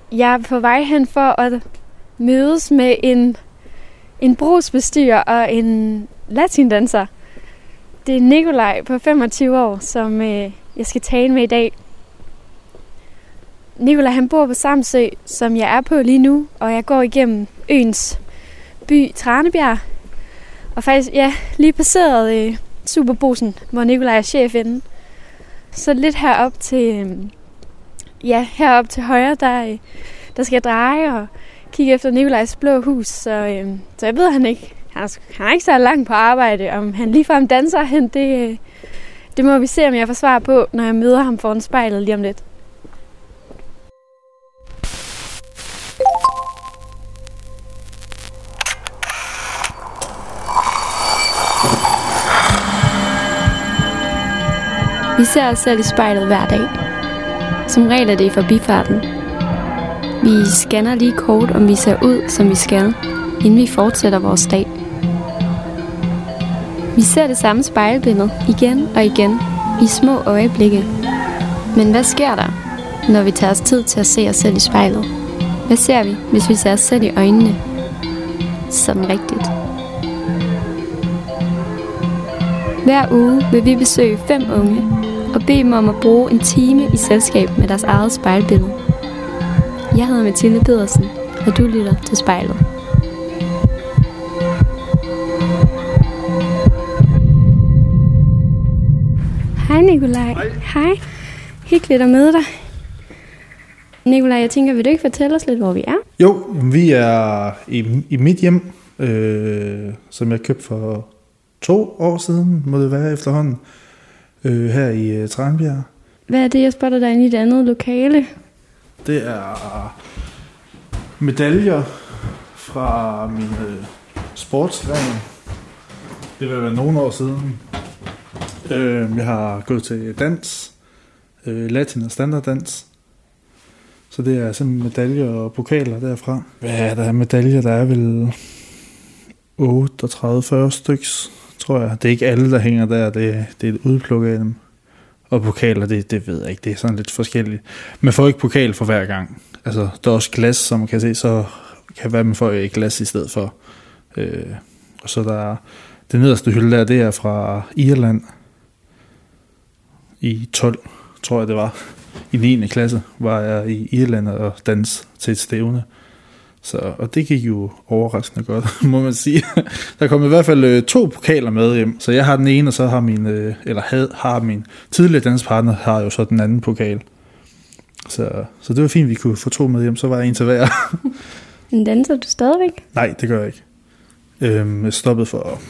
Jeg er på vej hen for at mødes med en brugsbestyrer og en latindanser. Det er Nikolaj på 25 år, som jeg skal tale med i dag. Nikolaj, han bor på Samsø, som jeg er på lige nu, og jeg går igennem øens by Tranebjerg. Og faktisk, lige passeret Superbrugsen, hvor Nikolaj er chef inde. Så lidt herop til højre, der skal jeg dreje og kigge efter Nikolajs blå hus. Så jeg ved, han er ikke så langt på arbejde. Om han ligefrem danser hen, det må vi se, om jeg får svar på, når jeg møder ham foran spejlet lige om lidt. Vi ser os selv i spejlet hver dag. Som regel er det i forbifarten. Vi scanner lige kort, om vi ser ud, som vi skal, inden vi fortsætter vores dag. Vi ser det samme spejlbillede igen og igen i små øjeblikke. Men hvad sker der, når vi tager os tid til at se os selv i spejlet? Hvad ser vi, hvis vi ser os selv i øjnene? Sådan rigtigt. Hver uge vil vi besøge 5 unge og bede dem om at bruge en time i selskab med deres eget spejlbillede. Jeg hedder Mathilde Pedersen, og du lytter til Spejlet. Hej Nikolaj. Hej. Hyggeligt at møde dig. Nikolaj, jeg tænker, vil du ikke fortælle os lidt, hvor vi er? Jo, vi er i mit hjem, som jeg købte for 2 år siden, må det være efterhånden, her i Tranebjerg. Hvad er det, jeg spotter dig inde i det andet lokale? Det er medaljer fra min sportsgren. Det vil være nogle år siden. Jeg har gået til dans, latin og standarddans. Så det er simpelthen medaljer og pokaler derfra. Hvad er der af medaljer? Der er vel 38-40 styks, tror jeg. Det er ikke alle, der hænger der. Det er et udpluk af dem. Og pokaler, det ved jeg ikke. Det er sådan lidt forskelligt. Man får ikke pokal for hver gang. Altså, der er også glas, som man kan se, så kan være, man får et glas i stedet for. Og så der er det nederste hylde der, det er fra Irland. I 12, tror jeg det var. I 9. klasse var jeg i Irland og dans til et stævne. Og det gik jo overraskende godt, må man sige. Der kom i hvert fald 2 pokaler med hjem. Så jeg har den ene, og så har min tidligere danspartner har jo så den anden pokal. Så det var fint, vi kunne få 2 med hjem. Så var jeg en til hver. Men danser du stadigvæk? Nej, det gør jeg ikke. Jeg stoppede for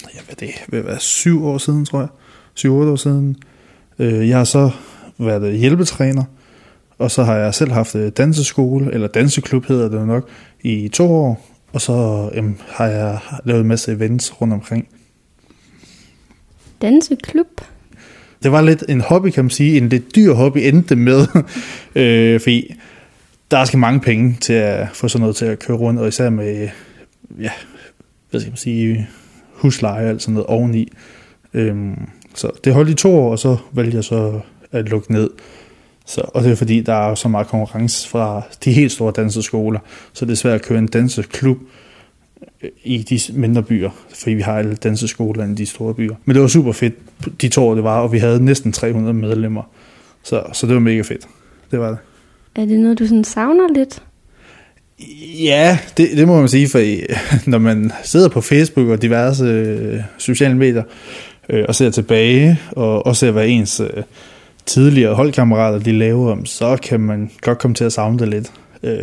7 år siden, tror jeg. 7-8 år siden. Jeg har så været hjælpetræner. Og så har jeg selv haft danseskole, eller danseklub hedder det nok, i 2 år. Og så har jeg lavet en masse events rundt omkring. Danseklub? Det var lidt en hobby, kan man sige. En lidt dyr hobby endte med. Fordi der skal mange penge til at få sådan noget til at køre rundt. Og især med, hvad skal man sige, husleje og alt sådan noget oveni. Så det holdt i 2 år, og så valgte jeg så at lukke ned. Og det er fordi, der er så meget konkurrence fra de helt store danseskoler, så det er svært at køre en danseklub i de mindre byer, fordi vi har alle danseskoler i de store byer. Men det var super fedt, de 2 år det var, og vi havde næsten 300 medlemmer. Så det var mega fedt. Det var det. Er det noget, du sådan savner lidt? Ja, det må man sige, for når man sidder på Facebook og diverse sociale medier og ser tilbage, og ser hvad ens tidligere holdkammerater de laver, så kan man godt komme til at savne det lidt.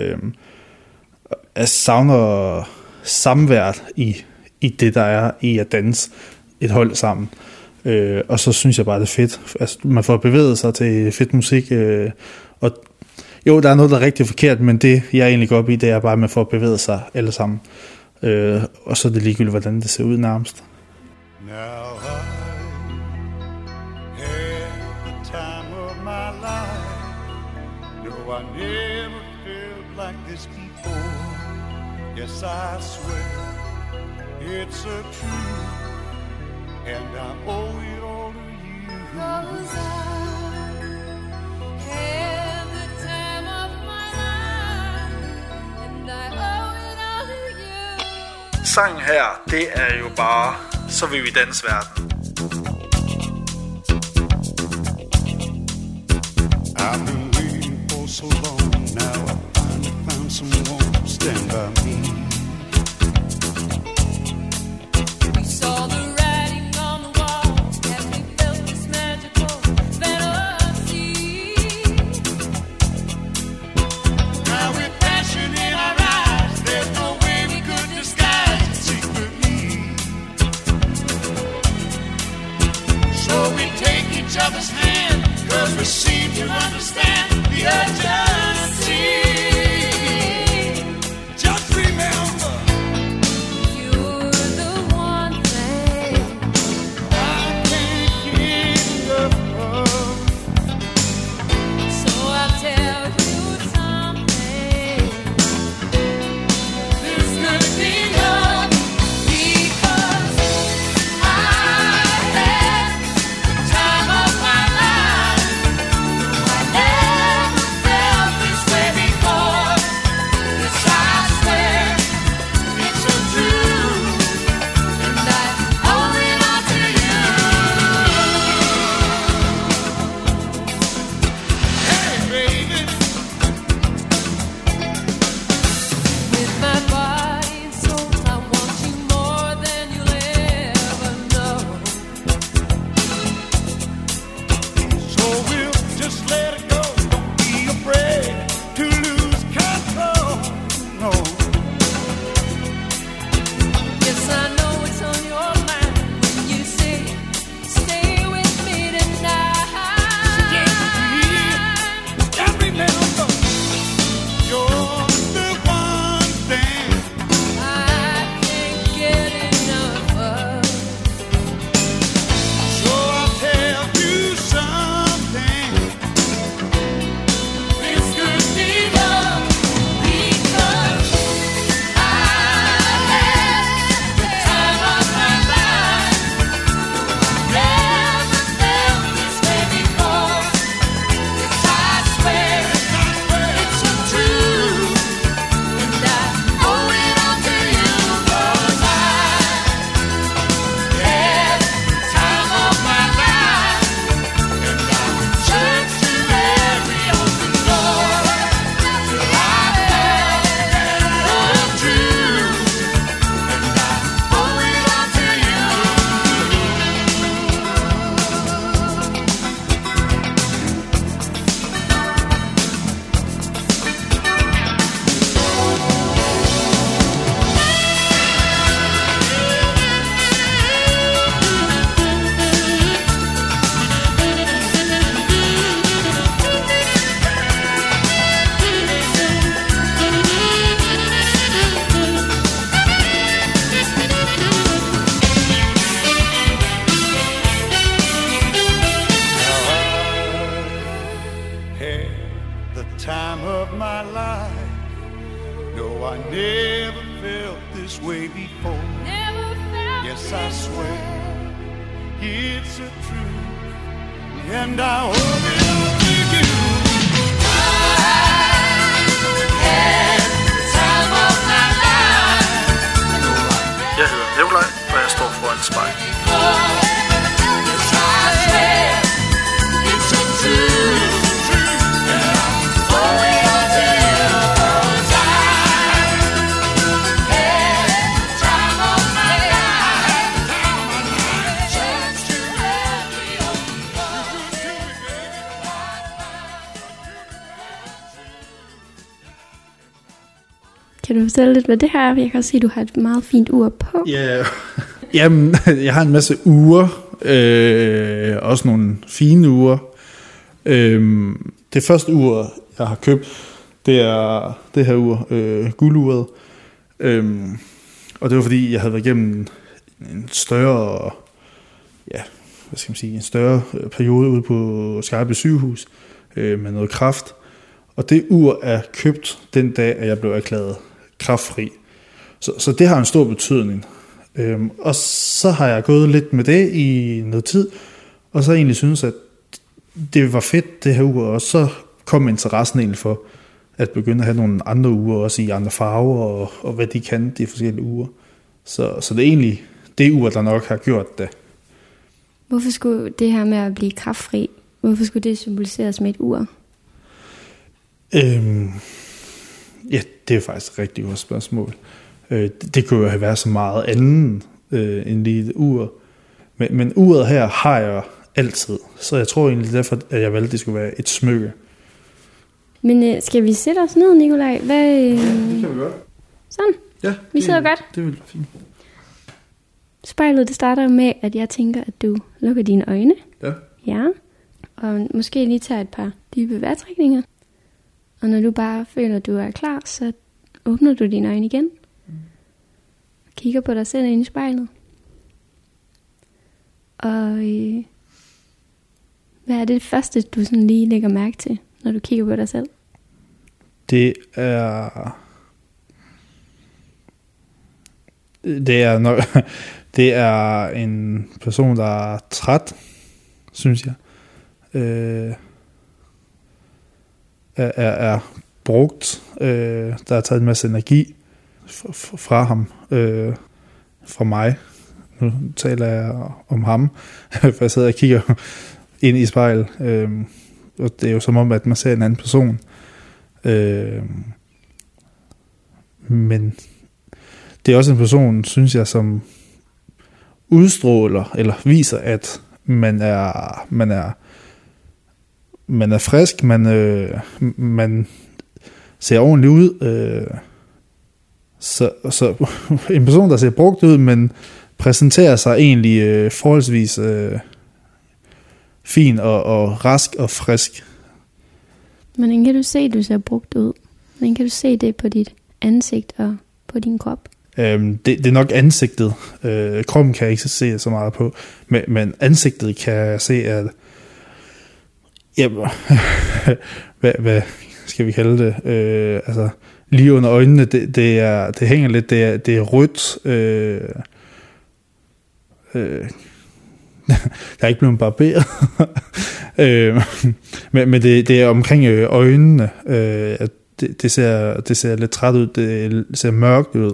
Jeg savner samværet i det, der er i at danse et hold sammen. Og så synes jeg bare, det er fedt. Altså, man får bevæget sig til fedt musik. Og jo, der er noget, der er rigtig forkert, men det, jeg egentlig går op i, det er bare, at man får bevæget sig alle sammen. Og så er det ligegyldigt, hvordan det ser ud nærmest. Yes, I swear it's a truth, and I owe it all to you. 'Cause I had the time of my life. sang her, det er jo bare Så vil vi danse verden. I've been waiting for so long. Now I finally found someone to stand by me. We saw the writing on the wall as we felt this magical fantasy. Now with passion in our eyes, there's no way we could disguise it secretly. So we take each other's hand, 'cause we seem to understand the urgency. Just remember, You're the one thing I can't get enough of. So I'll tell you something. This could be love, Because I had the time of my life. I never felt this way before. Yes, I swear it's so true. and I owe it all to you. Hey, baby, With my body and soul, I want you more than you'll ever know. so we'll just let it go. Don't be afraid to lose control. No, Yes, I know it's on your mind when you say, stay with me tonight. just remember, you're the one thing I can't get enough of. So I'll tell you something. This could be love, Because I had the time of my life. Never felt this way before. Yes, I swear it's so true. And I owe it all to you. 'Cause I had the time of my life. And I searched to every open door till I found the truth. And I owe it all to you. had the time of my life. No, I never felt this way before. Never felt Yes, I this swear. way. It's a truth, and I owe it all to you. Time of my life. Jeg hedder Nikolaj, og jeg står foran et spejl. Yes, I swear it's so true. And I owe it all to you. 'Cause I had the time of my life. Searched to every open door. Kan du fortælle lidt, hvad det her er? Jeg kan også se, at du har et meget fint ur på. Ja, jamen, jeg har en masse ure, også nogle fine ure. Det første ur, jeg har købt, det er det her ur, gulduret. Og det var fordi, jeg havde været igennem en større, ja, hvad skal man sige, en større periode ude på Skarpe sygehus med noget kræft. Og det ur er købt den dag, at jeg blev erklæret kræftfri. Så det har en stor betydning. Og så har jeg gået lidt med det i noget tid, og så egentlig synes, at det var fedt, det her ur, og så kom interessen egentlig for at begynde at have nogle andre ure, også i andre farver, og hvad de kan, de forskellige ure. Så det er egentlig det ur, der nok har gjort det. Hvorfor skulle det her med at blive kræftfri, hvorfor skulle det symboliseres med et ur? Ja, det er faktisk et rigtig godt spørgsmål. Det kunne jo have været så meget andet end lige et ur. Men uret her har jeg altid. Så jeg tror egentlig derfor, at jeg valgte, at det skulle være et smykke. Men skal vi sætte os ned, Nikolaj? Det kan vi godt. Sådan. Ja, Vi sidder godt. Det vil være fint. Spejlet, det starter med, at jeg tænker, at du lukker dine øjne. Ja. Ja. Og måske lige tager et par dybe vejrtrækninger. Og når du bare føler, at du er klar, så åbner du dine øjne igen. Og kigger på dig selv inde i spejlet. Og hvad er det første, du sådan lige lægger mærke til, når du kigger på dig selv? Det er nok, det er en person, der er træt, synes jeg. Er brugt. Der er taget en masse energi fra ham. Fra mig. Nu taler jeg om ham, for jeg sidder og kigger ind i spejlet. Og det er jo som om, at man ser en anden person. Men det er også en person, synes jeg, som udstråler eller viser, at man er frisk, man ser ordentligt ud. Så en person, der ser brugt ud, men præsenterer sig egentlig forholdsvis fin og rask og frisk. Men hvordan kan du se, at du ser brugt ud? Hvordan kan du se det på dit ansigt og på din krop? Det er nok ansigtet. Kroppen kan jeg ikke se så meget på, men ansigtet kan jeg se, at hvad skal vi kalde det? Altså lige under øjnene, det hænger lidt, det er rødt. Der er ikke blevet barberet. men det er omkring øjnene. Det ser lidt træt ud. Det ser mørkt ud.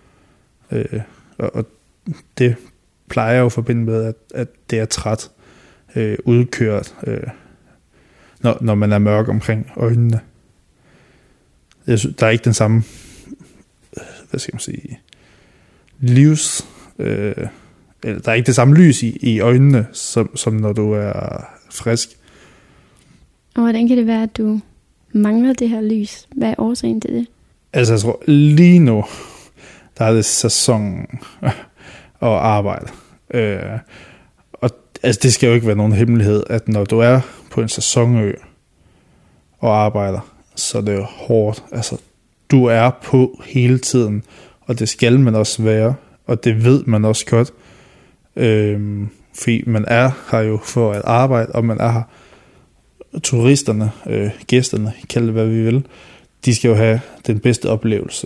Og det plejer jeg jo at forbinde med, at det er træt, udkørt, når man er mørk omkring øjnene. Der er ikke den samme, hvad skal man sige, der er ikke det samme lys i øjnene, som når du er frisk. Og hvordan kan det være, at du mangler det her lys? Hvad er årsagen til det? Altså jeg tror, lige nu, der er det sæson og arbejde. Og altså, det skal jo ikke være nogen hemmelighed, at når du er på en sæsonø og arbejder, så er det jo hårdt. Altså, du er på hele tiden, og det skal man også være, og det ved man også godt. Fordi man er her jo for at arbejde, og man er her. Turisterne, gæsterne, kald det hvad vi vil, de skal jo have den bedste oplevelse.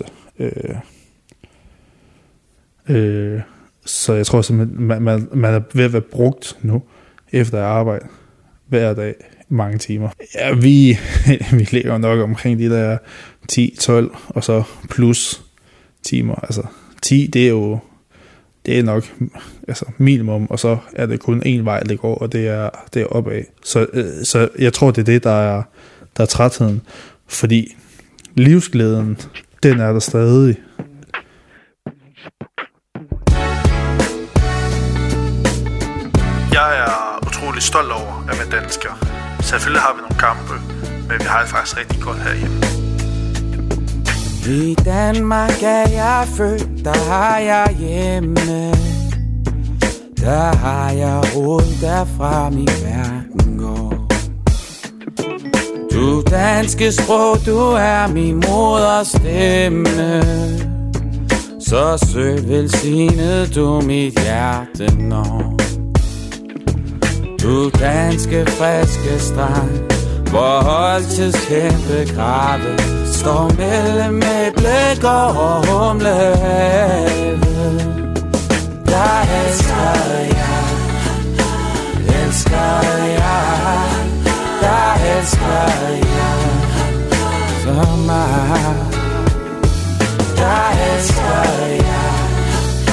Så jeg tror simpelthen, man er ved at være brugt nu, efter at arbejde hver dag, mange timer. Ja, vi ligger nok omkring de der 10-12, og så plus timer. Altså 10, det er nok altså minimum, og så er det kun en vej, det går, og det er opad. Så jeg tror, det er det, der er trætheden. Fordi livsglæden, den er der stadig. Jeg er utrolig stolt over at være dansker. Selvfølgelig har vi nogle kampe, men vi har det faktisk rigtig godt herhjemme. I Danmark er jeg født, der har jeg hjemme. Der har jeg rod derfra min verden går. Du danske sprog, du er min moders stemme. Så sødt velsignet du mit hjerte når. Du danske friske strand, hvor holdtids kæmpe grave står mellem æble og humlehave. Der elsker jeg, der elsker jeg så meget. Der elsker jeg,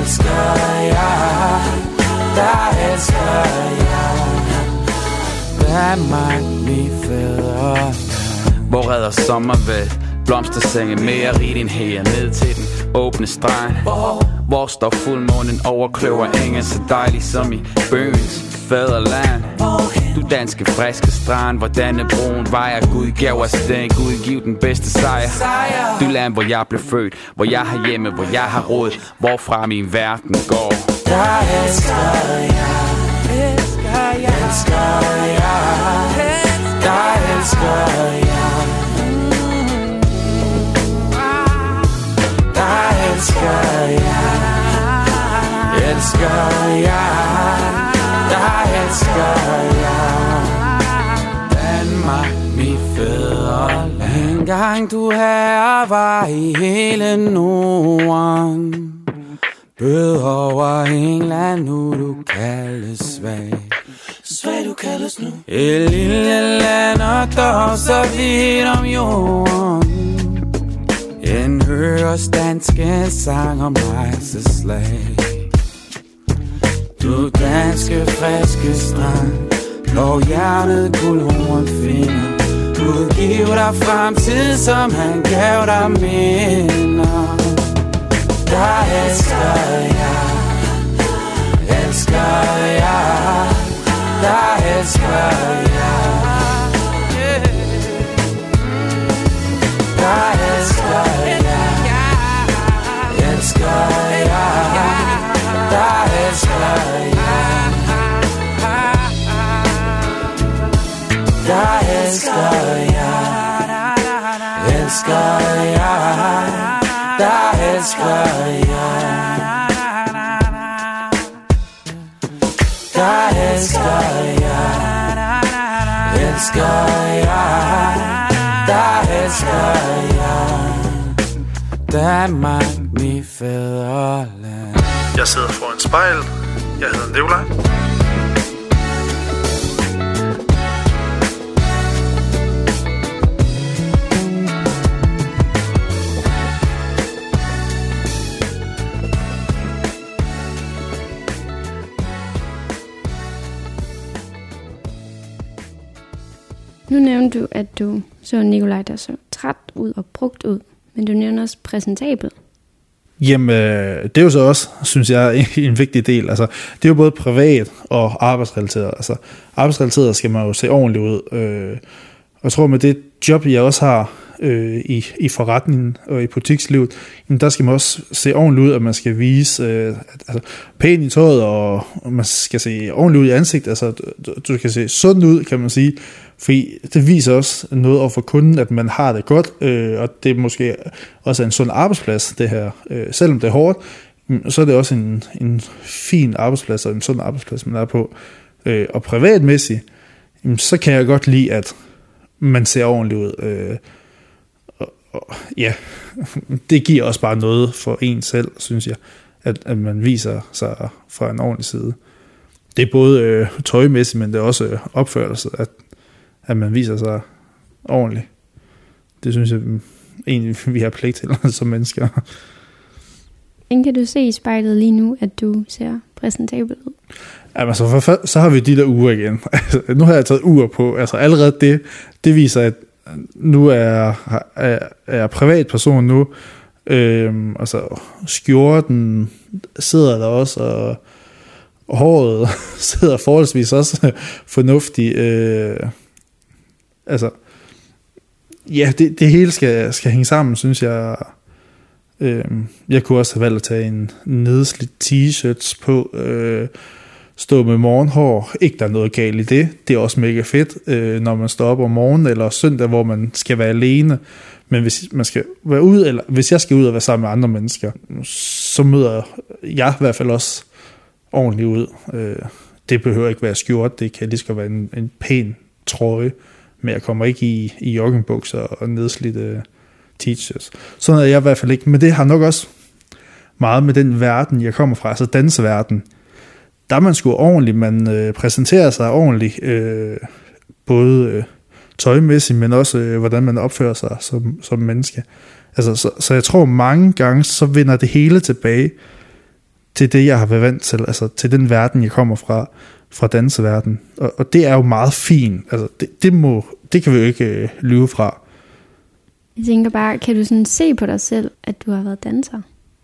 elsker jeg, der elsker jeg Danmark, min fædreland. Hvor redder sommervæld, blomstersenge mere rigt end her. Ned til den åbne strand, hvor står fuldmånen over kløver engen. Så dejlig som i bøgens fædreland. Du danske friske strand, hvor Dannebroen vejer. Gud gav os den, Gud giv den bedste sejr. Du land, hvor jeg blev født, hvor jeg har hjemme, hvor jeg har råd, hvorfra min verden går. Der elsker jeg, elsker jeg, elsker jeg, der elsker jeg, der elsker jeg, elsker jeg, der elsker jeg Danmark, mit fædreland. En gang du her var i hele Norden, bød over England, nu du kaldes svag. Svag du kaldes nu. Et lille land og dog så vidt om jorden. En høres danske sang om rejseslag. Du danske friske strand, blå hjertet guldhorn finder. Gud giv dig fremtid, som han gav dig minder. Der elsker jeg, elsker jeg, der elsker jeg, der elsker jeg, elsker jeg, der elsker jeg, der elsker jeg, elsker jeg, der elsker jeg, der elsker jeg, elsker jeg, der elsker jeg Danmark, mit fædreland. Jeg sidder foran spejlet. Jeg hedder Nikolaj. Nu nævnte du, at du så Nikolaj, der så træt ud og brugt ud, men du nævner også præsentabel. Jamen, det er jo så også, synes jeg, en vigtig del. Altså, det er jo både privat og arbejdsrelateret. Altså, arbejdsrelateret skal man jo se ordentligt ud. Og jeg tror, med det job, jeg også har i forretningen og i butikslivet, jamen, der skal man også se ordentligt ud, at man skal vise altså, pænt i tøjet, og man skal se ordentligt ud i ansigtet. Altså, du skal se sund ud, kan man sige. Fordi det viser også noget over for kunden, at man har det godt, og det er måske også en sund arbejdsplads, det her. Selvom det er hårdt, så er det også en fin arbejdsplads, og en sund arbejdsplads, man er på. Og privatmæssigt, så kan jeg godt lide, at man ser ordentligt ud. Og ja, det giver også bare noget for en selv, synes jeg, at man viser sig fra en ordentlig side. Det er både tøjmæssigt, men det er også opførelse, at man viser sig ordentligt. Det synes jeg egentlig, vi har pligt til som mennesker. Kan du se i spejlet lige nu, at du ser præsentabel ud? Jamen, så har vi de der uger igen. Altså, nu har jeg taget uger på. Altså allerede det viser, at nu er jeg privatperson nu. Altså skjorten sidder der også, og håret sidder forholdsvis også fornuftigt. Altså, ja, det hele skal hænge sammen, synes jeg. Jeg kunne også have valgt at tage en nedslidt t-shirts på, stå med morgenhår. Ikke der er noget galt i det. Det er også mega fedt, når man står op om morgenen eller søndag, hvor man skal være alene. Men hvis man skal være ude, eller hvis jeg skal ud og være sammen med andre mennesker, så møder jeg i hvert fald også ordentligt ud. Det behøver ikke være skjort. Det kan lige skal være en pæn trøje. Men jeg kommer ikke i joggingbukser og nedslidte t-shirts. Sådan er jeg i hvert fald ikke. Men det har nok også meget med den verden, jeg kommer fra, altså danseverden. Der er man sgu ordentligt, man præsenterer sig ordentligt, både tøjmæssigt, men også hvordan man opfører sig som menneske. Altså, så jeg tror mange gange, så vender det hele tilbage til det, jeg har været vant til, altså til den verden, jeg kommer fra danseverden. Og det er jo meget fint. Altså, det kan vi jo ikke lyve fra. Jeg tænker bare, kan du sådan se på dig selv, at du har været danser?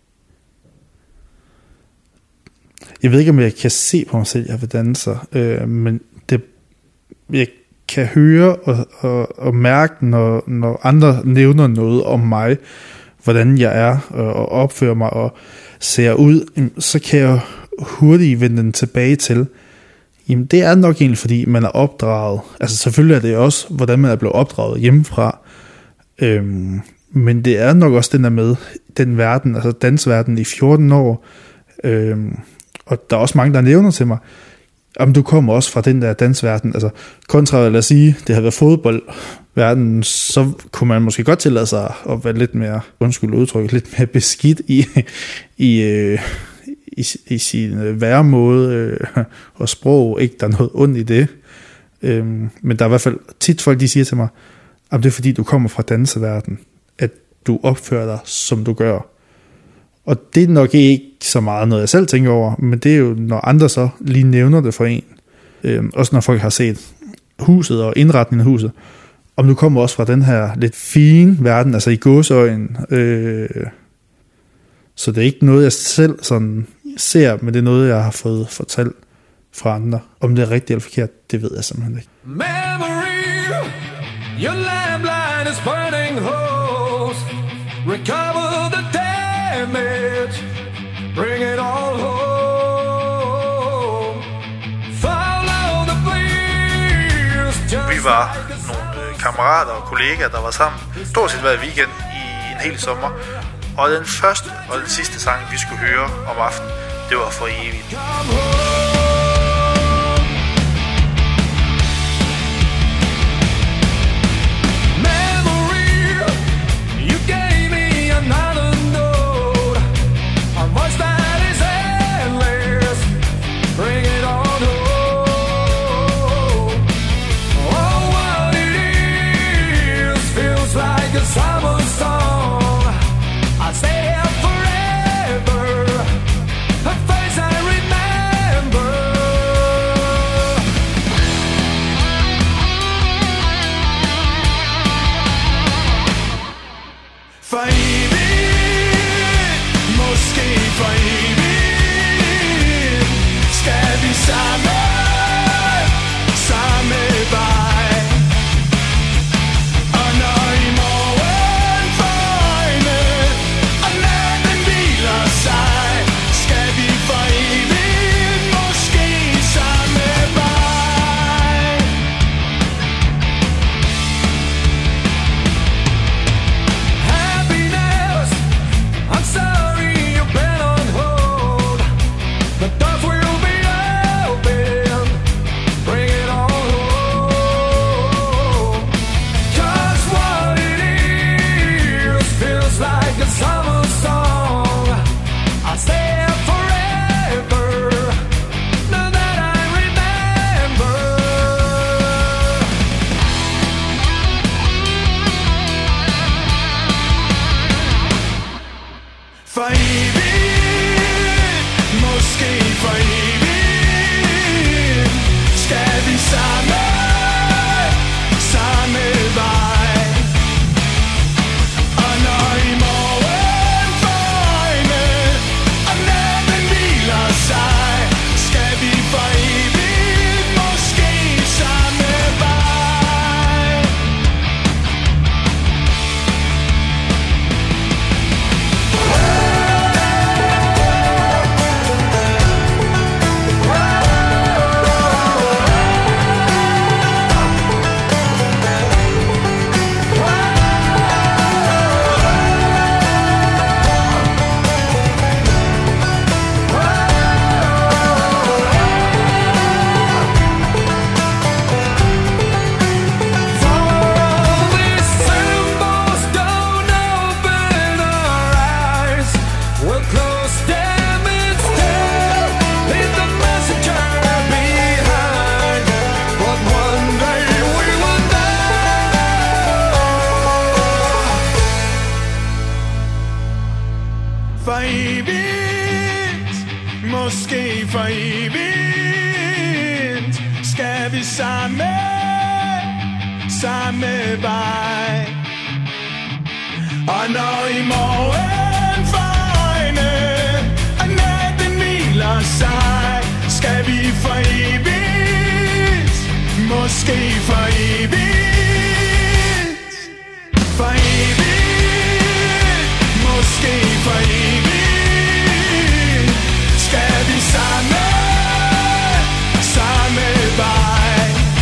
Jeg ved ikke, om jeg kan se på mig selv, at jeg har været danser, men jeg kan høre og mærke, når andre nævner noget om mig, hvordan jeg er og opfører mig og ser ud, så kan jeg hurtigt vende den tilbage til, jamen det er nok egentlig, fordi man er opdraget. Altså selvfølgelig er det også, hvordan man er blevet opdraget hjemmefra, men det er nok også den der med den verden, altså dansverden i 14 år, og der er også mange, der nævner til mig, om du kommer også fra den der dansverden, altså kontra, lad os sige, det har været fodboldverden, så kunne man måske godt tillade sig at være lidt mere, undskyld udtryk, lidt mere beskidt i sin væremåde og sprog, ikke der er noget ondt i det, men der er i hvert fald tit folk, de siger til mig, om det er fordi, du kommer fra danseverdenen, at du opfører dig, som du gør. Og det er nok ikke så meget noget, jeg selv tænker over, men det er jo, når andre så lige nævner det for en. Også når folk har set huset og indretningen af huset. Om du kommer også fra den her lidt fine verden, altså i gåseøjen. Så det er ikke noget, jeg selv sådan ser, men det er noget, jeg har fået fortalt fra andre. Om det er rigtigt eller forkert, det ved jeg simpelthen ikke. Memory, your landline is burning holes. Recover the damage, bring it all home. Follow the bleeds, just Vi var nogle kammerater og kollegaer, der var sammen stort set hver weekend i en hel sommer. Og den første og den sidste sang, vi skulle høre om aftenen, det var For Evigt. come home. Summer song, I'll stay here forever. Her face I remember. For evigt, måske for evigt, skal vi samme vej. måske for evigt skal vi samme vej. Og når i morgen for øjne og natten hviler sig, skal vi for evigt, måske for evigt, for evigt, måske for evigt, skal vi samme vej.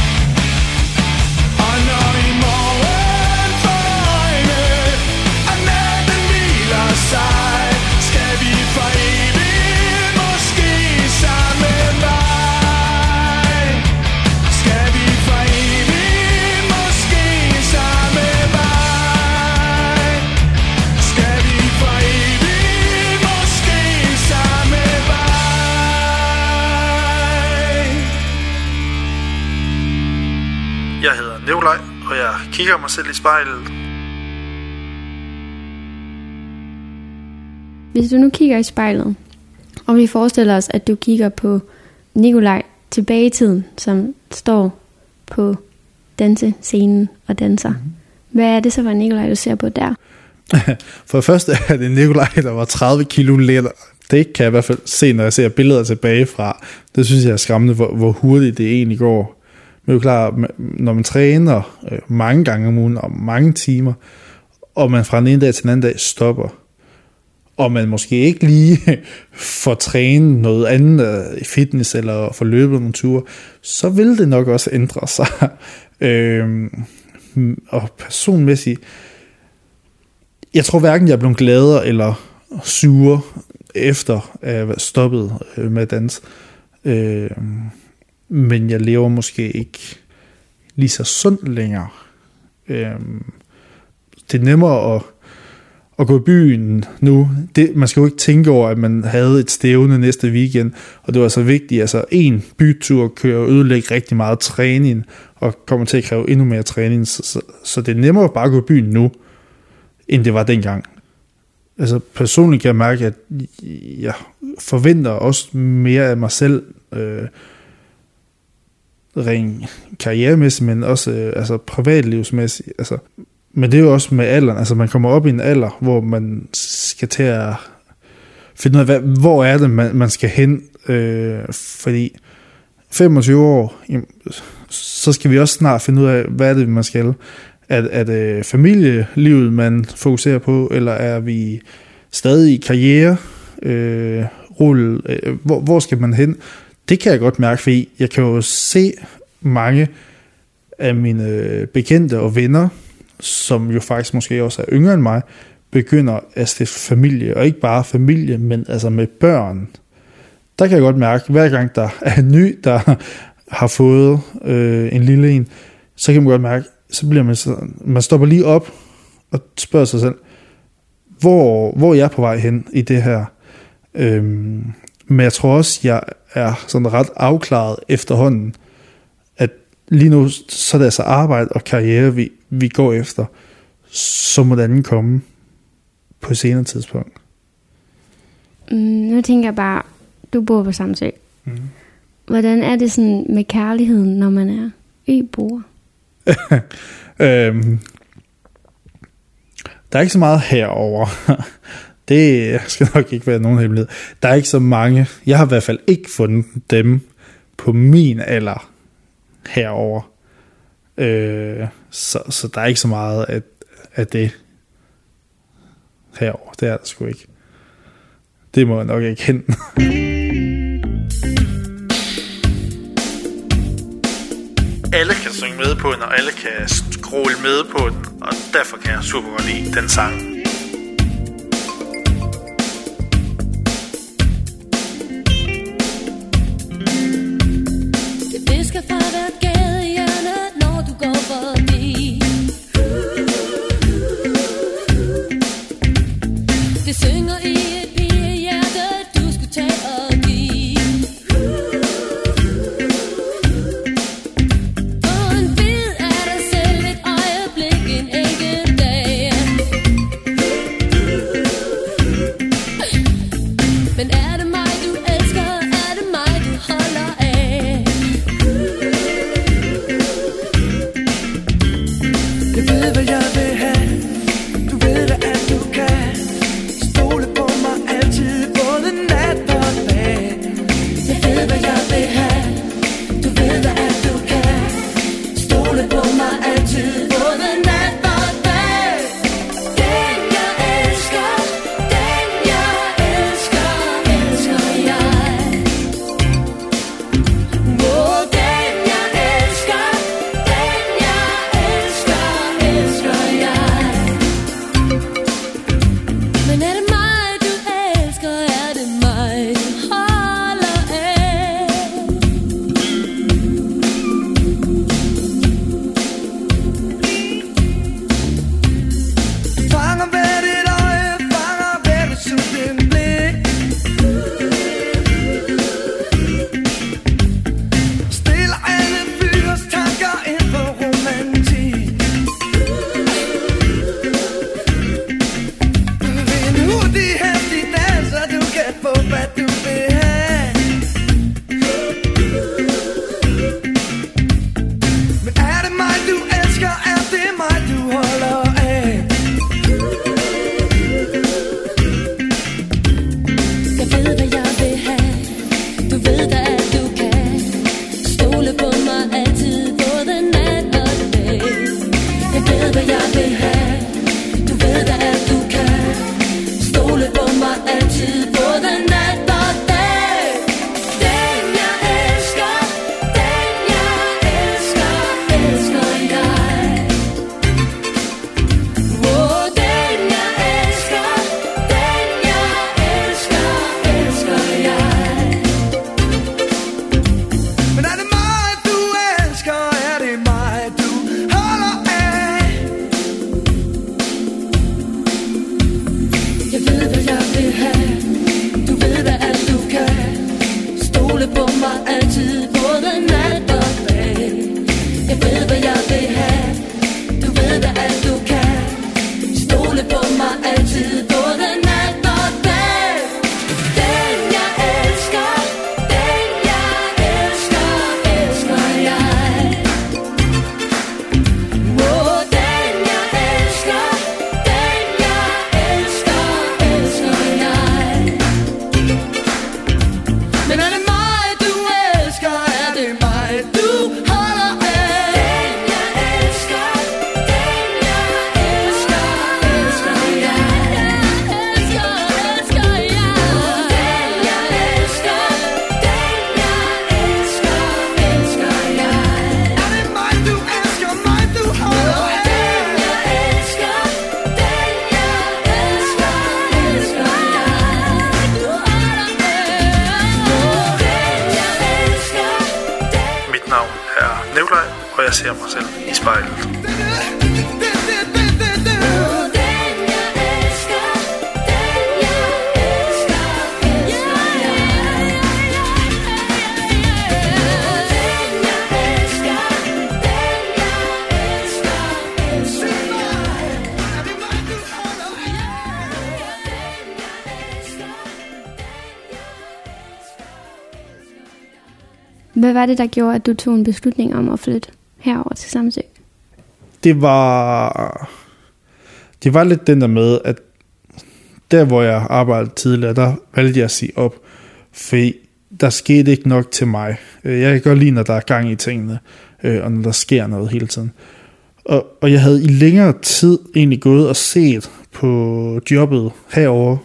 Og når i morgen for øjne og natten hviler sig, skal vi for evigt, måske samme vej. Skal vi for evigt, måske samme vej. Skal vi for evigt, måske samme vej. Jeg hedder Nikolaj, og jeg kigger mig selv i spejlet. Hvis du nu kigger i spejlet, og vi forestiller os, at du kigger på Nikolaj tilbage i tiden, som står på dansescenen og danser. Hvad er det så for Nikolaj, du ser på der? For det første er det Nikolaj, der var 30 kilo lettere. Det kan jeg i hvert fald se, når jeg ser billeder tilbage fra. Det synes jeg er skræmmende, hvor hurtigt det egentlig går. Men det er jo klart, når man træner mange gange om ugen og mange timer, og man fra den ene dag til den anden dag stopper, og man måske ikke lige får trænet noget andet i fitness eller får løbet nogle ture, så vil det nok også ændre sig. Og personmæssigt, jeg tror hverken jeg er blevet gladere eller sure efter at have stoppet med at danse. Men jeg lever måske ikke lige så sundt længere. Det er nemmere at gå i byen nu. Man skal jo ikke tænke over, at man havde et stævne næste weekend, og det var så vigtigt. Altså en bytur kører og ødelægger rigtig meget træning, og kommer til at kræve endnu mere træning. Så det er nemmere bare at gå i byen nu, end det var dengang. Altså personligt kan jeg mærke, at jeg forventer også mere af mig selv, rent karrieremæssigt, men også altså privatlivsmæssigt. Altså, men det er jo også med alderen. Altså man kommer op i en alder, hvor man skal til at finde ud af, hvor er det, man skal hen. Fordi 25 år, så skal vi også snart finde ud af, hvad er det, man skal. Er det familielivet, man fokuserer på, eller er vi stadig i karriere? Hvor skal man hen? Det kan jeg godt mærke, fordi jeg kan jo se mange af mine bekendte og venner, som jo faktisk måske også er yngre end mig, begynder at stifte familie, og ikke bare familie, men altså med børn. Der kan jeg godt mærke, hver gang der er en ny, der har fået en lille en, så kan man godt mærke, så bliver man stopper lige op og spørger sig selv, hvor er jeg på vej hen i det her? Men jeg tror også, jeg er sådan ret afklaret efterhånden, at lige nu, så er det altså arbejde og karriere, vi går efter. Så må det andet komme på et senere tidspunkt. Nu tænker jeg bare, du bor på Samsø. Hvordan er det sådan med kærligheden, når man er øboer? Der er ikke så meget herover. Det skal nok ikke være nogen hemmelighed. Der er ikke så mange. Jeg har i hvert fald ikke fundet dem på min alder herover. Så der er ikke så meget af det herover. Det er der sgu ikke. Det må jeg nok ikke hente. Alle kan synge med på den, og alle kan scrolle med på den, og derfor kan jeg super godt lide den sang. Det visker fra hvert gadehjørne, når du går forbi. Det synger i et pigehjerte, du skulle tage og give. Og en bid af dig selv, et øjeblik, en enkelt dag. jeg ser mig selv i spejlet. Hvad var det, der gjorde, at du tog en beslutning om at flytte herover til Samsø? Det var lidt den der med, at der hvor jeg arbejdede tidligere, der valgte jeg at sige op, for der skete ikke nok til mig. Jeg kan godt lide, når der er gang i tingene, og når der sker noget hele tiden. Og jeg havde i længere tid egentlig gået og set på jobbet herover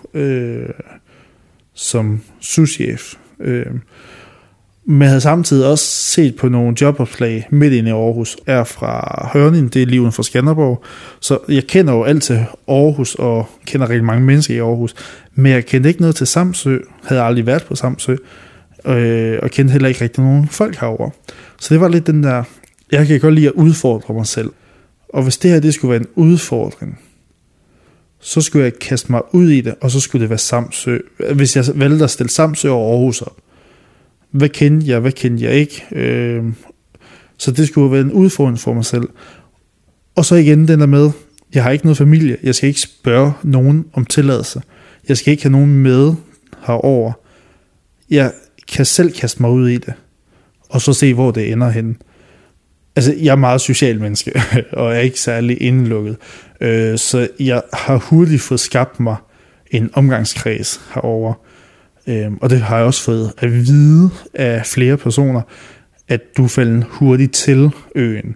som souschef. Men jeg havde samtidig også set på nogle jobopslag midt inde i Aarhus. Jeg er fra Hørning, det er lige uden for Skanderborg. Så jeg kender jo alt til Aarhus, og kender rigtig mange mennesker i Aarhus. Men jeg kendte ikke noget til Samsø, havde aldrig været på Samsø, og kendte heller ikke rigtig nogen folk herover. Så det var lidt den der, jeg kan godt lide at udfordre mig selv. Og hvis det her det skulle være en udfordring, så skulle jeg kaste mig ud i det, og så skulle det være Samsø. Hvis jeg valgte at stille Samsø og Aarhus op, hvad kendte jeg ikke? Så det skulle være en udfordring for mig selv. Og så igen den der med, jeg har ikke noget familie, jeg skal ikke spørge nogen om tilladelse, jeg skal ikke have nogen med herover. Jeg kan selv kaste mig ud i det, og så se, hvor det ender henne. Altså, jeg er meget social menneske, og er ikke særlig indelukket. Så jeg har hurtigt fået skabt mig en omgangskreds herover. Og det har jeg også fået at vide af flere personer, at du falder hurtigt til øen.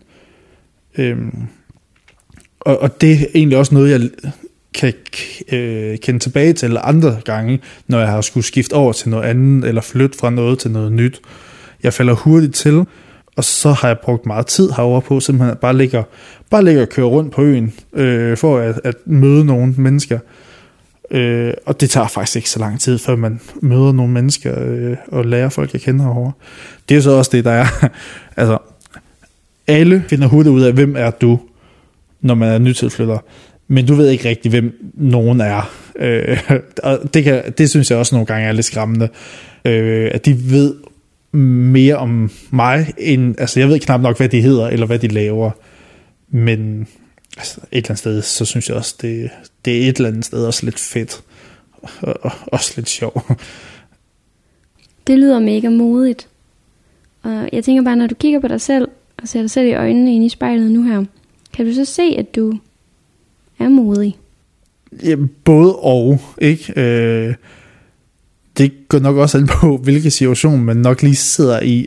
Og det er egentlig også noget, jeg kan kende tilbage til andre gange, når jeg har skulle skifte over til noget andet, eller flytte fra noget til noget nyt. Jeg falder hurtigt til, og så har jeg brugt meget tid herovre på, simpelthen bare ligger og køre rundt på øen, for at møde nogle mennesker. Og det tager faktisk ikke så lang tid, før man møder nogle mennesker og lærer folk at kende herovre. Det er jo så også det, der er. Altså, alle finder hurtigt ud af, hvem er du, når man er nytilflytter. Men du ved ikke rigtig, hvem nogen er. Og det synes jeg også nogle gange er lidt skræmmende. At de ved mere om mig, end, altså jeg ved knap nok, hvad de hedder, eller hvad de laver. Men altså, et eller andet sted, så synes jeg også, det er et eller andet sted også lidt fedt. Og også lidt sjovt. Det lyder mega modigt. Og jeg tænker bare, når du kigger på dig selv, og ser dig selv i øjnene inde i spejlet nu her, kan du så se, at du er modig? Ja, både og, ikke? Det går nok også an på, hvilken situation man nok lige sidder i.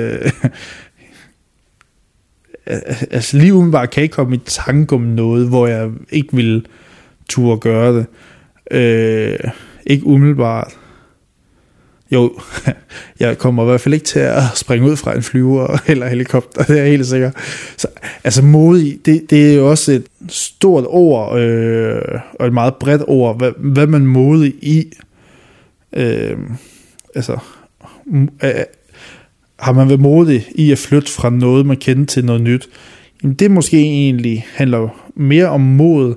Altså lige umiddelbart kan jeg ikke komme i tanke om noget, hvor jeg ikke ville turde gøre det. Ikke umiddelbart. Jo, jeg kommer i hvert fald ikke til at springe ud fra en flyver eller helikopter, det er jeg helt sikker. Så, altså modig, det er jo også et stort ord, og et meget bredt ord, hvad man modig i. Altså, har man været modig i at flytte fra noget, man kender til noget nyt? Jamen, det måske egentlig handler mere om mod,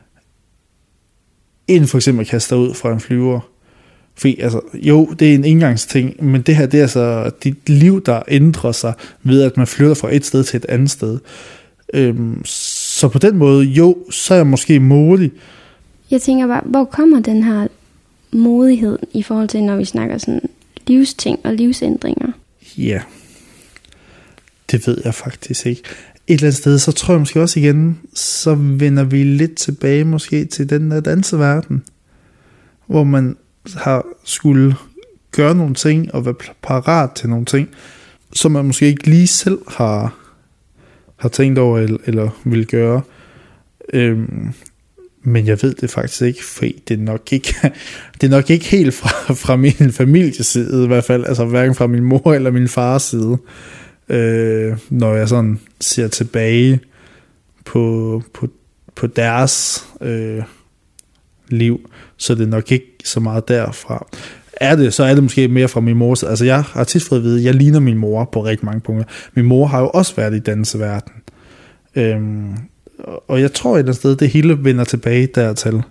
end for eksempel at kaste ud fra en flyver. For altså, jo, det er en indgangsting, men det her, det er altså dit liv, der ændrer sig ved, at man flytter fra et sted til et andet sted. Så på den måde, jo, så er jeg måske modig. Jeg tænker bare, hvor kommer den her modighed i forhold til, når vi snakker sådan livsting og livsændringer? Ja, det ved jeg faktisk ikke. Et eller andet sted, så tror jeg måske også igen, så vender vi lidt tilbage måske til den der danseverden, hvor man har skulle gøre nogle ting og være parat til nogle ting, som man måske ikke lige selv har tænkt over eller vil gøre. Men jeg ved det faktisk ikke, for det er nok ikke helt fra min families side i hvert fald, altså hverken fra min mor eller min fars side, når jeg sådan ser tilbage på deres liv, så det er nok ikke så meget derfra. så er det måske mere fra min mor. Altså jeg har tit fået at vide, at jeg ligner min mor på rigtig mange punkter. Min mor har jo også været i danseverdenen. Og jeg tror et eller andet sted, det hele vender tilbage dertil.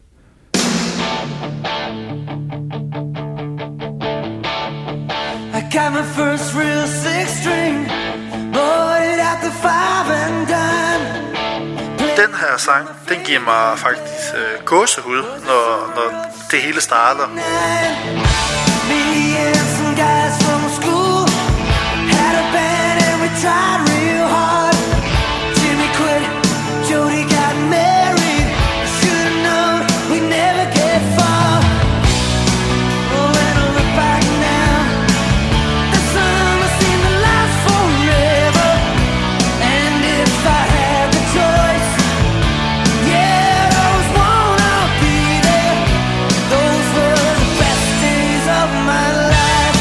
I got my first real six-string, bought it at the 5 and dime. Den her sang, den giver mig faktisk gåsehud, når det hele starter. Me and some guys from school had a band and we tried real hard. Jimmy quit, Jody got married. Should've known we'd never get far. Oh, when I look back now, the summer seemed to last forever. And if I had the choice, yeah, I always wanna be there. Those were the best days of my life.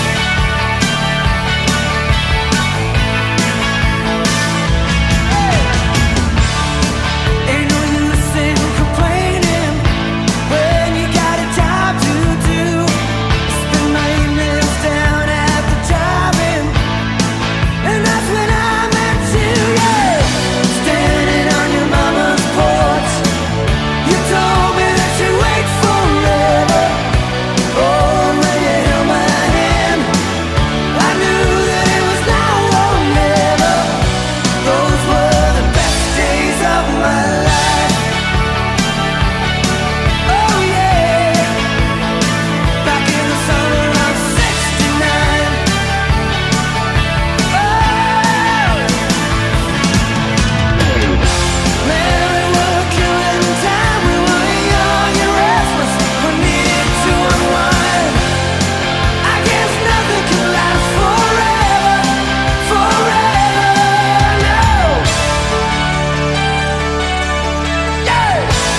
Ain't no use in complaining when you got a job to do. Spend my evenings down at the drive-in, and that's when I met you, yeah. Standing on your mama's porch, you told me that you'd wait forever. Oh, when you held my hand, I knew that it was now or never. Those were the best days of my life. Oh yeah, back in the summer of '69. Oh, man, we were killing time. We were young and restless. We needed to unwind. I guess nothing can last forever, forever, no. Yeah.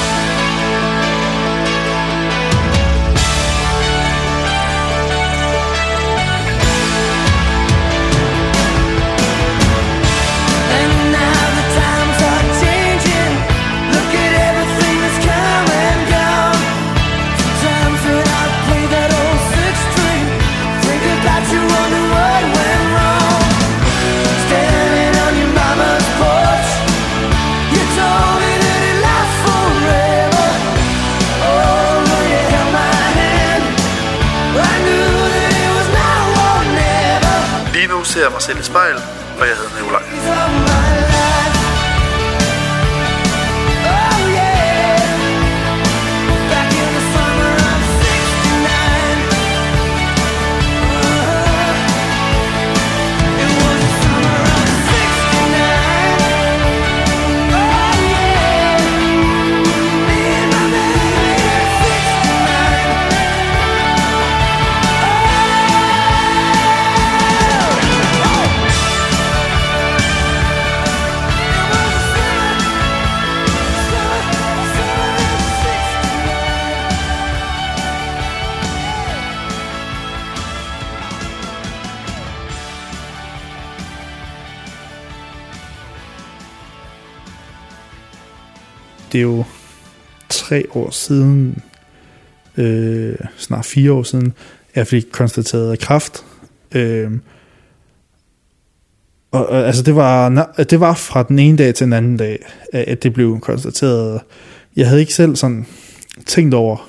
And now the times are changing. Look at everything that's come and gone. Sometimes when I play that old six-string, think about you, wonder what went wrong. Standing on your mama's porch, you told me that it lasts forever. Oh, when you held my hand, I knew that it was now or never. Lige nu ser jeg mig selv i spejl, og jeg hedder Nikolaj. Days of my life. Oh yeah, back in the summer of '69. It was the summer of '69. Oh yeah, me and my baby at '69. Det er jo 3 år siden, snart 4 år siden, jeg fik konstateret kræft. Og altså det var fra den ene dag til den anden dag, at det blev konstateret. Jeg havde ikke selv sådan tænkt over,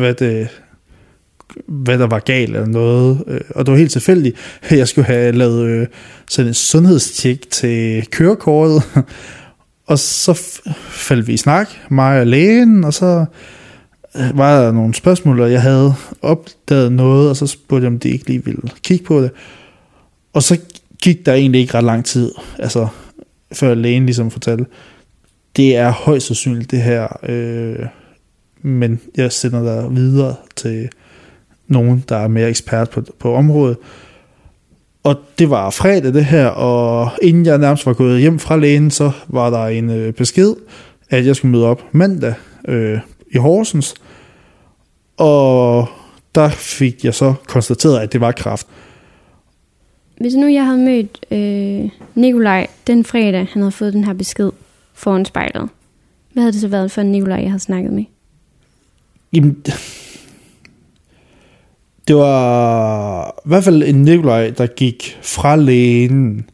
hvad der var galt eller noget. Og det var helt tilfældigt. Jeg skulle have lavet sådan et sundhedstjek til kørekortet. Og så faldt vi i snak, mig og lægen, og så var der nogle spørgsmål, og jeg havde opdaget noget, og så spurgte jeg, om de ikke lige ville kigge på det. Og så gik der egentlig ikke ret lang tid, altså før lægen ligesom fortalte, det er højst sandsynligt det her, men jeg sender dig videre til nogen, der er mere ekspert på området. Og det var fredag det her, og inden jeg nærmest var gået hjem fra lægen, så var der en besked, at jeg skulle møde op mandag i Horsens. Og der fik jeg så konstateret, at det var kræft. Hvis nu jeg havde mødt Nikolaj den fredag, han havde fået den her besked foran spejlet, hvad havde det så været for en Nikolaj, jeg havde snakket med? Jamen, Det var i hvert fald en Nikolaj, der gik fra lægen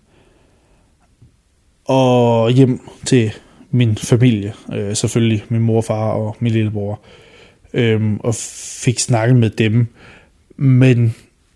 og hjem til min familie. Selvfølgelig min mor og far og min lillebror. Og fik snakket med dem. Men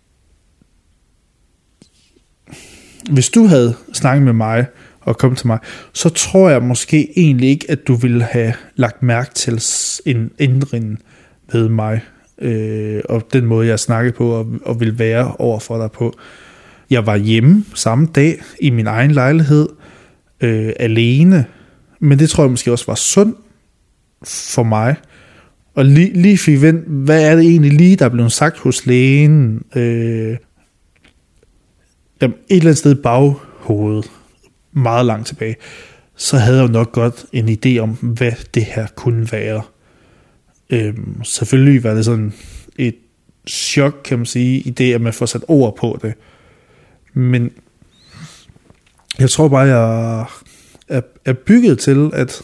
hvis du havde snakket med mig og kommet til mig, så tror jeg måske egentlig ikke, at du ville have lagt mærke til en ændring med mig. Og den måde, jeg snakkede på og ville være over for dig på. Jeg var hjemme samme dag i min egen lejlighed, alene. Men det tror jeg måske også var sundt for mig. Og lige fik vendt, hvad er det egentlig lige, der er blevet sagt hos lægen? Et eller andet sted i baghovedet, meget langt tilbage, så havde jeg jo nok godt en idé om, hvad det her kunne være. Selvfølgelig var det sådan et chok, kan man sige, i det, at man får sat ord på det. Men jeg tror bare, jeg er bygget til at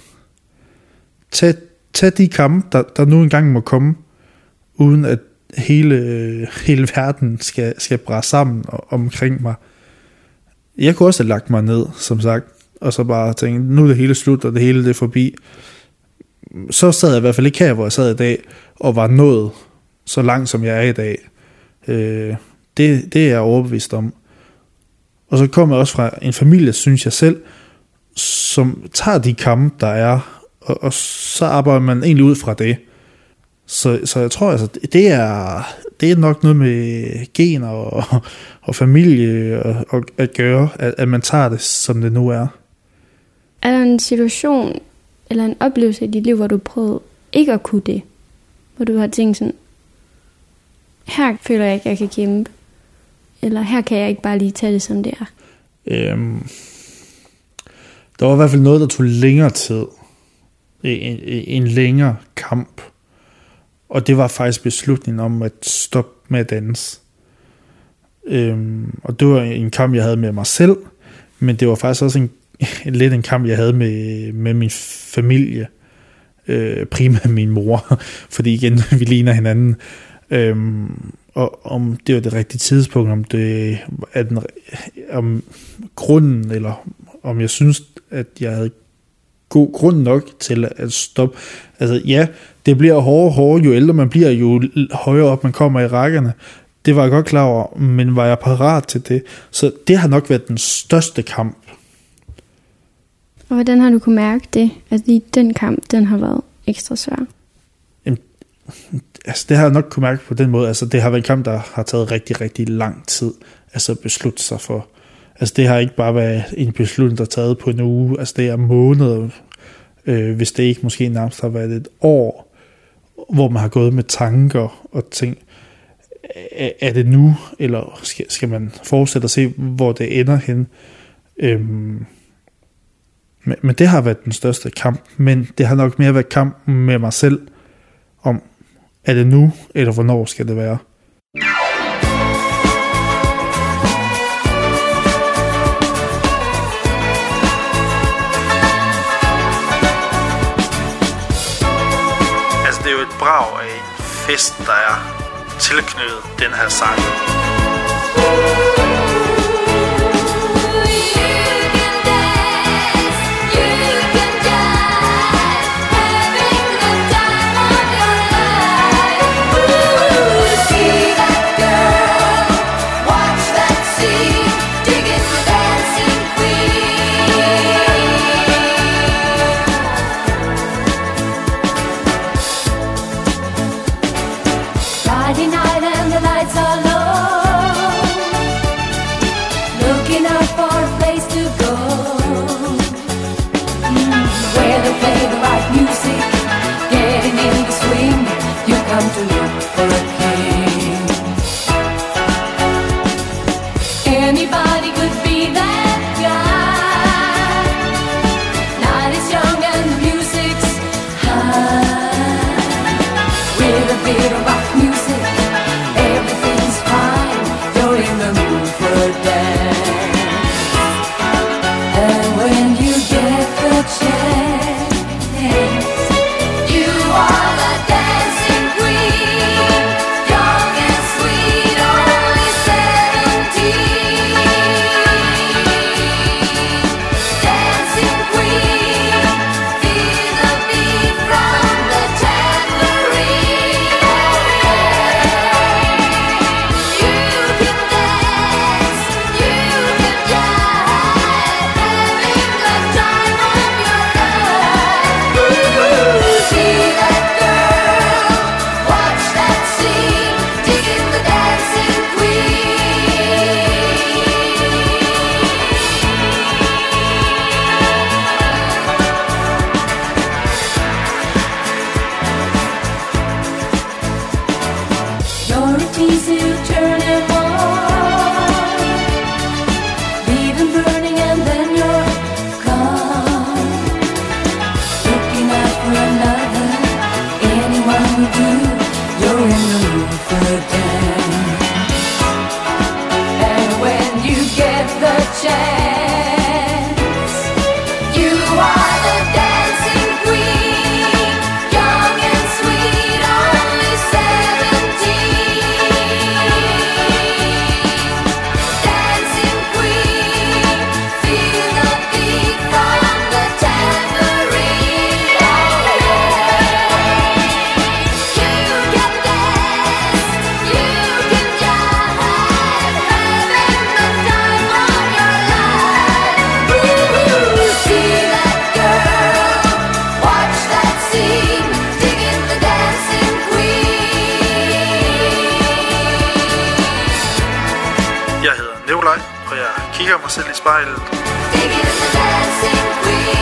tage de kampe, der nu engang må komme, uden at hele verden skal brase sammen omkring mig. Jeg kunne også have lagt mig ned, som sagt, og så bare tænke, nu er det hele slut, og det hele det er forbi. Så sad jeg i hvert fald ikke her, hvor jeg sad i dag, og var nået så langt, som jeg er i dag. Det er jeg overbevist om. Og så kommer jeg også fra en familie, synes jeg selv, som tager de kampe, der er, og så arbejder man egentlig ud fra det. Så jeg tror, altså, det er nok noget med gener og familie og at gøre, at man tager det, som det nu er. Er der en situation eller en oplevelse i dit liv, hvor du prøvede ikke at kunne det? Hvor du har tænkt sådan, her føler jeg ikke, jeg kan kæmpe. Eller her kan jeg ikke bare lige tage det, som det er. Der var i hvert fald noget, der tog længere tid. En længere kamp. Og det var faktisk beslutningen om at stoppe med at danse. Og det var en kamp, jeg havde med mig selv. Men det var faktisk også lidt en kamp, jeg havde med min familie. Primært min mor. Fordi igen, vi ligner hinanden. Og om det var det rigtige tidspunkt, om det er om grunden, eller om jeg synes, at jeg havde god grund nok til at stoppe. Altså ja, det bliver hårdere, jo ældre man bliver, jo højere op man kommer i rækkerne. Det var jeg godt klar over, men var jeg parat til det? Så det har nok været den største kamp. Og hvordan har du kunne mærke det? At lige den kamp, den har været ekstra svær? Altså det har jeg nok kunne mærke på den måde. Altså det har været en kamp, der har taget rigtig, rigtig lang tid. Altså at beslutte sig for. Altså det har ikke bare været en beslutning, der er taget på en uge. Altså det er måneder, hvis det ikke måske nærmest har været et år, hvor man har gået med tanker og tænkt, er det nu, eller skal man fortsætte at se, hvor det ender hen? Men det har været den største kamp, men det har nok mere været kampen med mig selv, om er det nu, eller hvornår skal det være? Altså det er jo et brag af en fest, der er tilknyttet den her sang. Friday night and the lights are low, looking out for a place to go, where they play the right music, getting in the swing. You come to look for a king. Anybody could be that guy. Night is young and the music's high, with a bit of rock music, everything's fine. You're in the mood for a dance, and when you get the chance, you are the dancing queen, young and sweet. kigger mig selv i spejlet. Biggie is the dancing queen.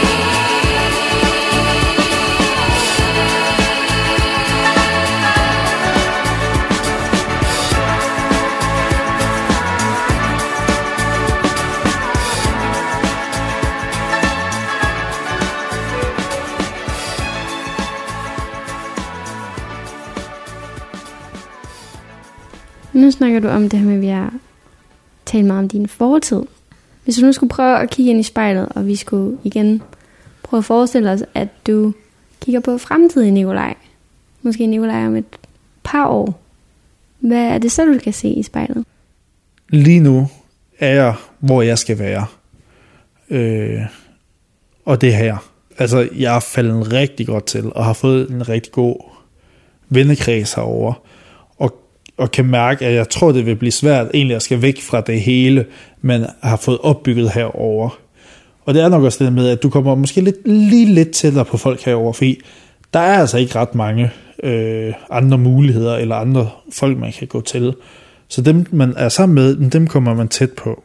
Nu snakker du om det her med, at vi har talt meget om din fortid. Hvis du nu skulle prøve at kigge ind i spejlet, og vi skulle igen prøve at forestille os, at du kigger på fremtiden, Nikolaj. Måske Nikolaj om et par år. Hvad er det så, du kan se i spejlet? Lige nu er jeg, hvor jeg skal være. Og det her. Altså, jeg er faldet rigtig godt til, og har fået en rigtig god vennekreds herovre. Og kan mærke, at jeg tror, det vil blive svært egentlig at skal væk fra det hele, man har fået opbygget herover. Og det er nok også det med, at du kommer måske lige lidt tættere på folk herover, fordi der er altså ikke ret mange andre muligheder, eller andre folk, man kan gå til. Så dem, man er sammen med, dem kommer man tæt på.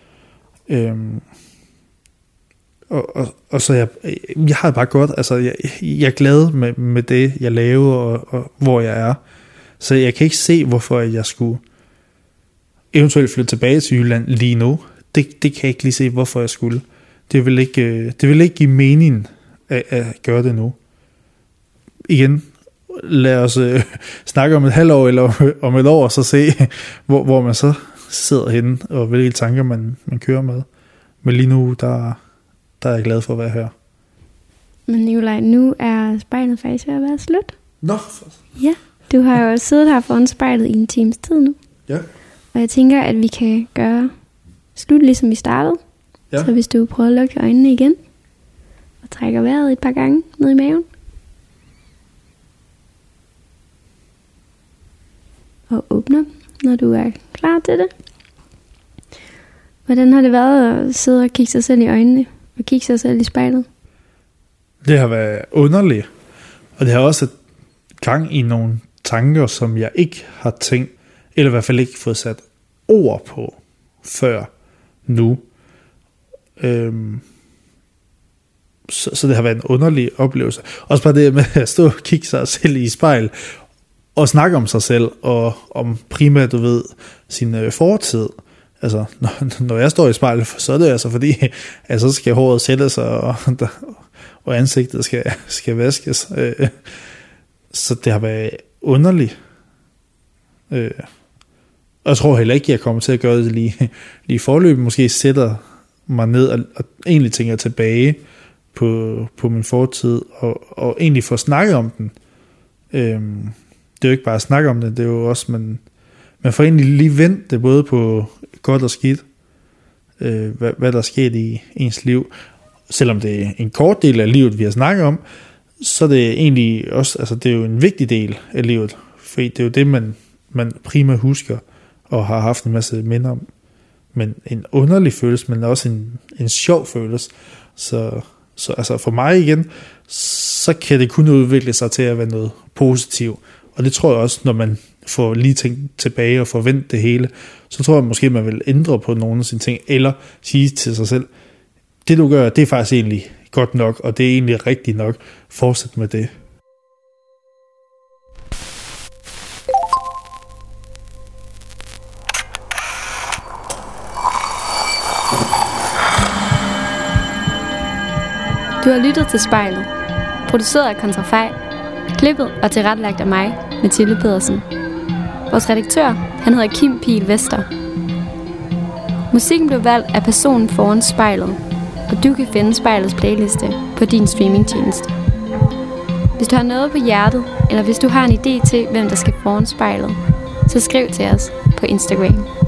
Og så jeg har det bare godt, altså jeg er glad med det, jeg laver, og hvor jeg er. Så jeg kan ikke se, hvorfor jeg skulle eventuelt flytte tilbage til Jylland lige nu. Det kan jeg ikke lige se, hvorfor jeg skulle. Det vil ikke give mening at gøre det nu. Igen, lad os snakke om et halvt år eller om et år, og så se, hvor man så sidder henne, og hvilke tanker man kører med. Men lige nu, der er jeg glad for at være her. Men Nikolaj, nu er spejlet faktisk ved at være slut. Nå. Ja, du har jo siddet her foran spejlet i en times tid nu. Ja. Og jeg tænker, at vi kan gøre slut, ligesom vi startede. Ja. Så hvis du prøver at lukke øjnene igen, og trækker vejret et par gange ned i maven. Og åbner, når du er klar til det. Hvordan har det været at sidde og kigge sig selv i øjnene, og kigge sig selv i spejlet? Det har været underligt, og det har også gang i nogle tanker, som jeg ikke har tænkt, eller i hvert fald ikke fået sat ord på før nu. Så det har været en underlig oplevelse. Også bare det med at stå og kigge sig selv i spejl, og snakke om sig selv, og om primært, du ved, sin fortid. Altså, når jeg står i spejlet, så er det altså fordi, at så skal håret sætte sig, og ansigtet skal vaskes. Så det har været underligt. Og jeg tror heller ikke, jeg kommer til at gøre det lige forløb. Måske sætter mig ned og egentlig tænker tilbage på min fortid, og egentlig får snakket om den. Det er jo ikke bare at snakke om det, det er jo også, man får egentlig lige vendt det, både på godt og skidt, hvad der er sket i ens liv. Selvom det er en kort del af livet, vi har snakket om, så er det egentlig også, altså det er jo en vigtig del af livet, for det er jo det, man primært husker, og har haft en masse minder om. Men en underlig følelse, men også en sjov følelse. Så altså for mig igen, så kan det kun udvikle sig til at være noget positivt. Og det tror jeg også, når man får lige tænkt tilbage og får vendt det hele, så tror jeg måske, man vil ændre på nogle af sine ting, eller sige til sig selv, det du gør, det er faktisk egentlig godt nok, og det er egentlig rigtigt nok. Fortsæt med det. Du har lyttet til Spejlet, produceret af Kontrafej, klippet og tilrettelagt af mig, Mathilde Pedersen. Vores redaktør, han hedder Kim Pihl Vester. Musikken blev valgt af personen foran spejlet, og du kan finde Spejlets playliste på din streamingtjeneste. Hvis du har noget på hjertet, eller hvis du har en idé til, hvem der skal foran spejlet, så skriv til os på Instagram.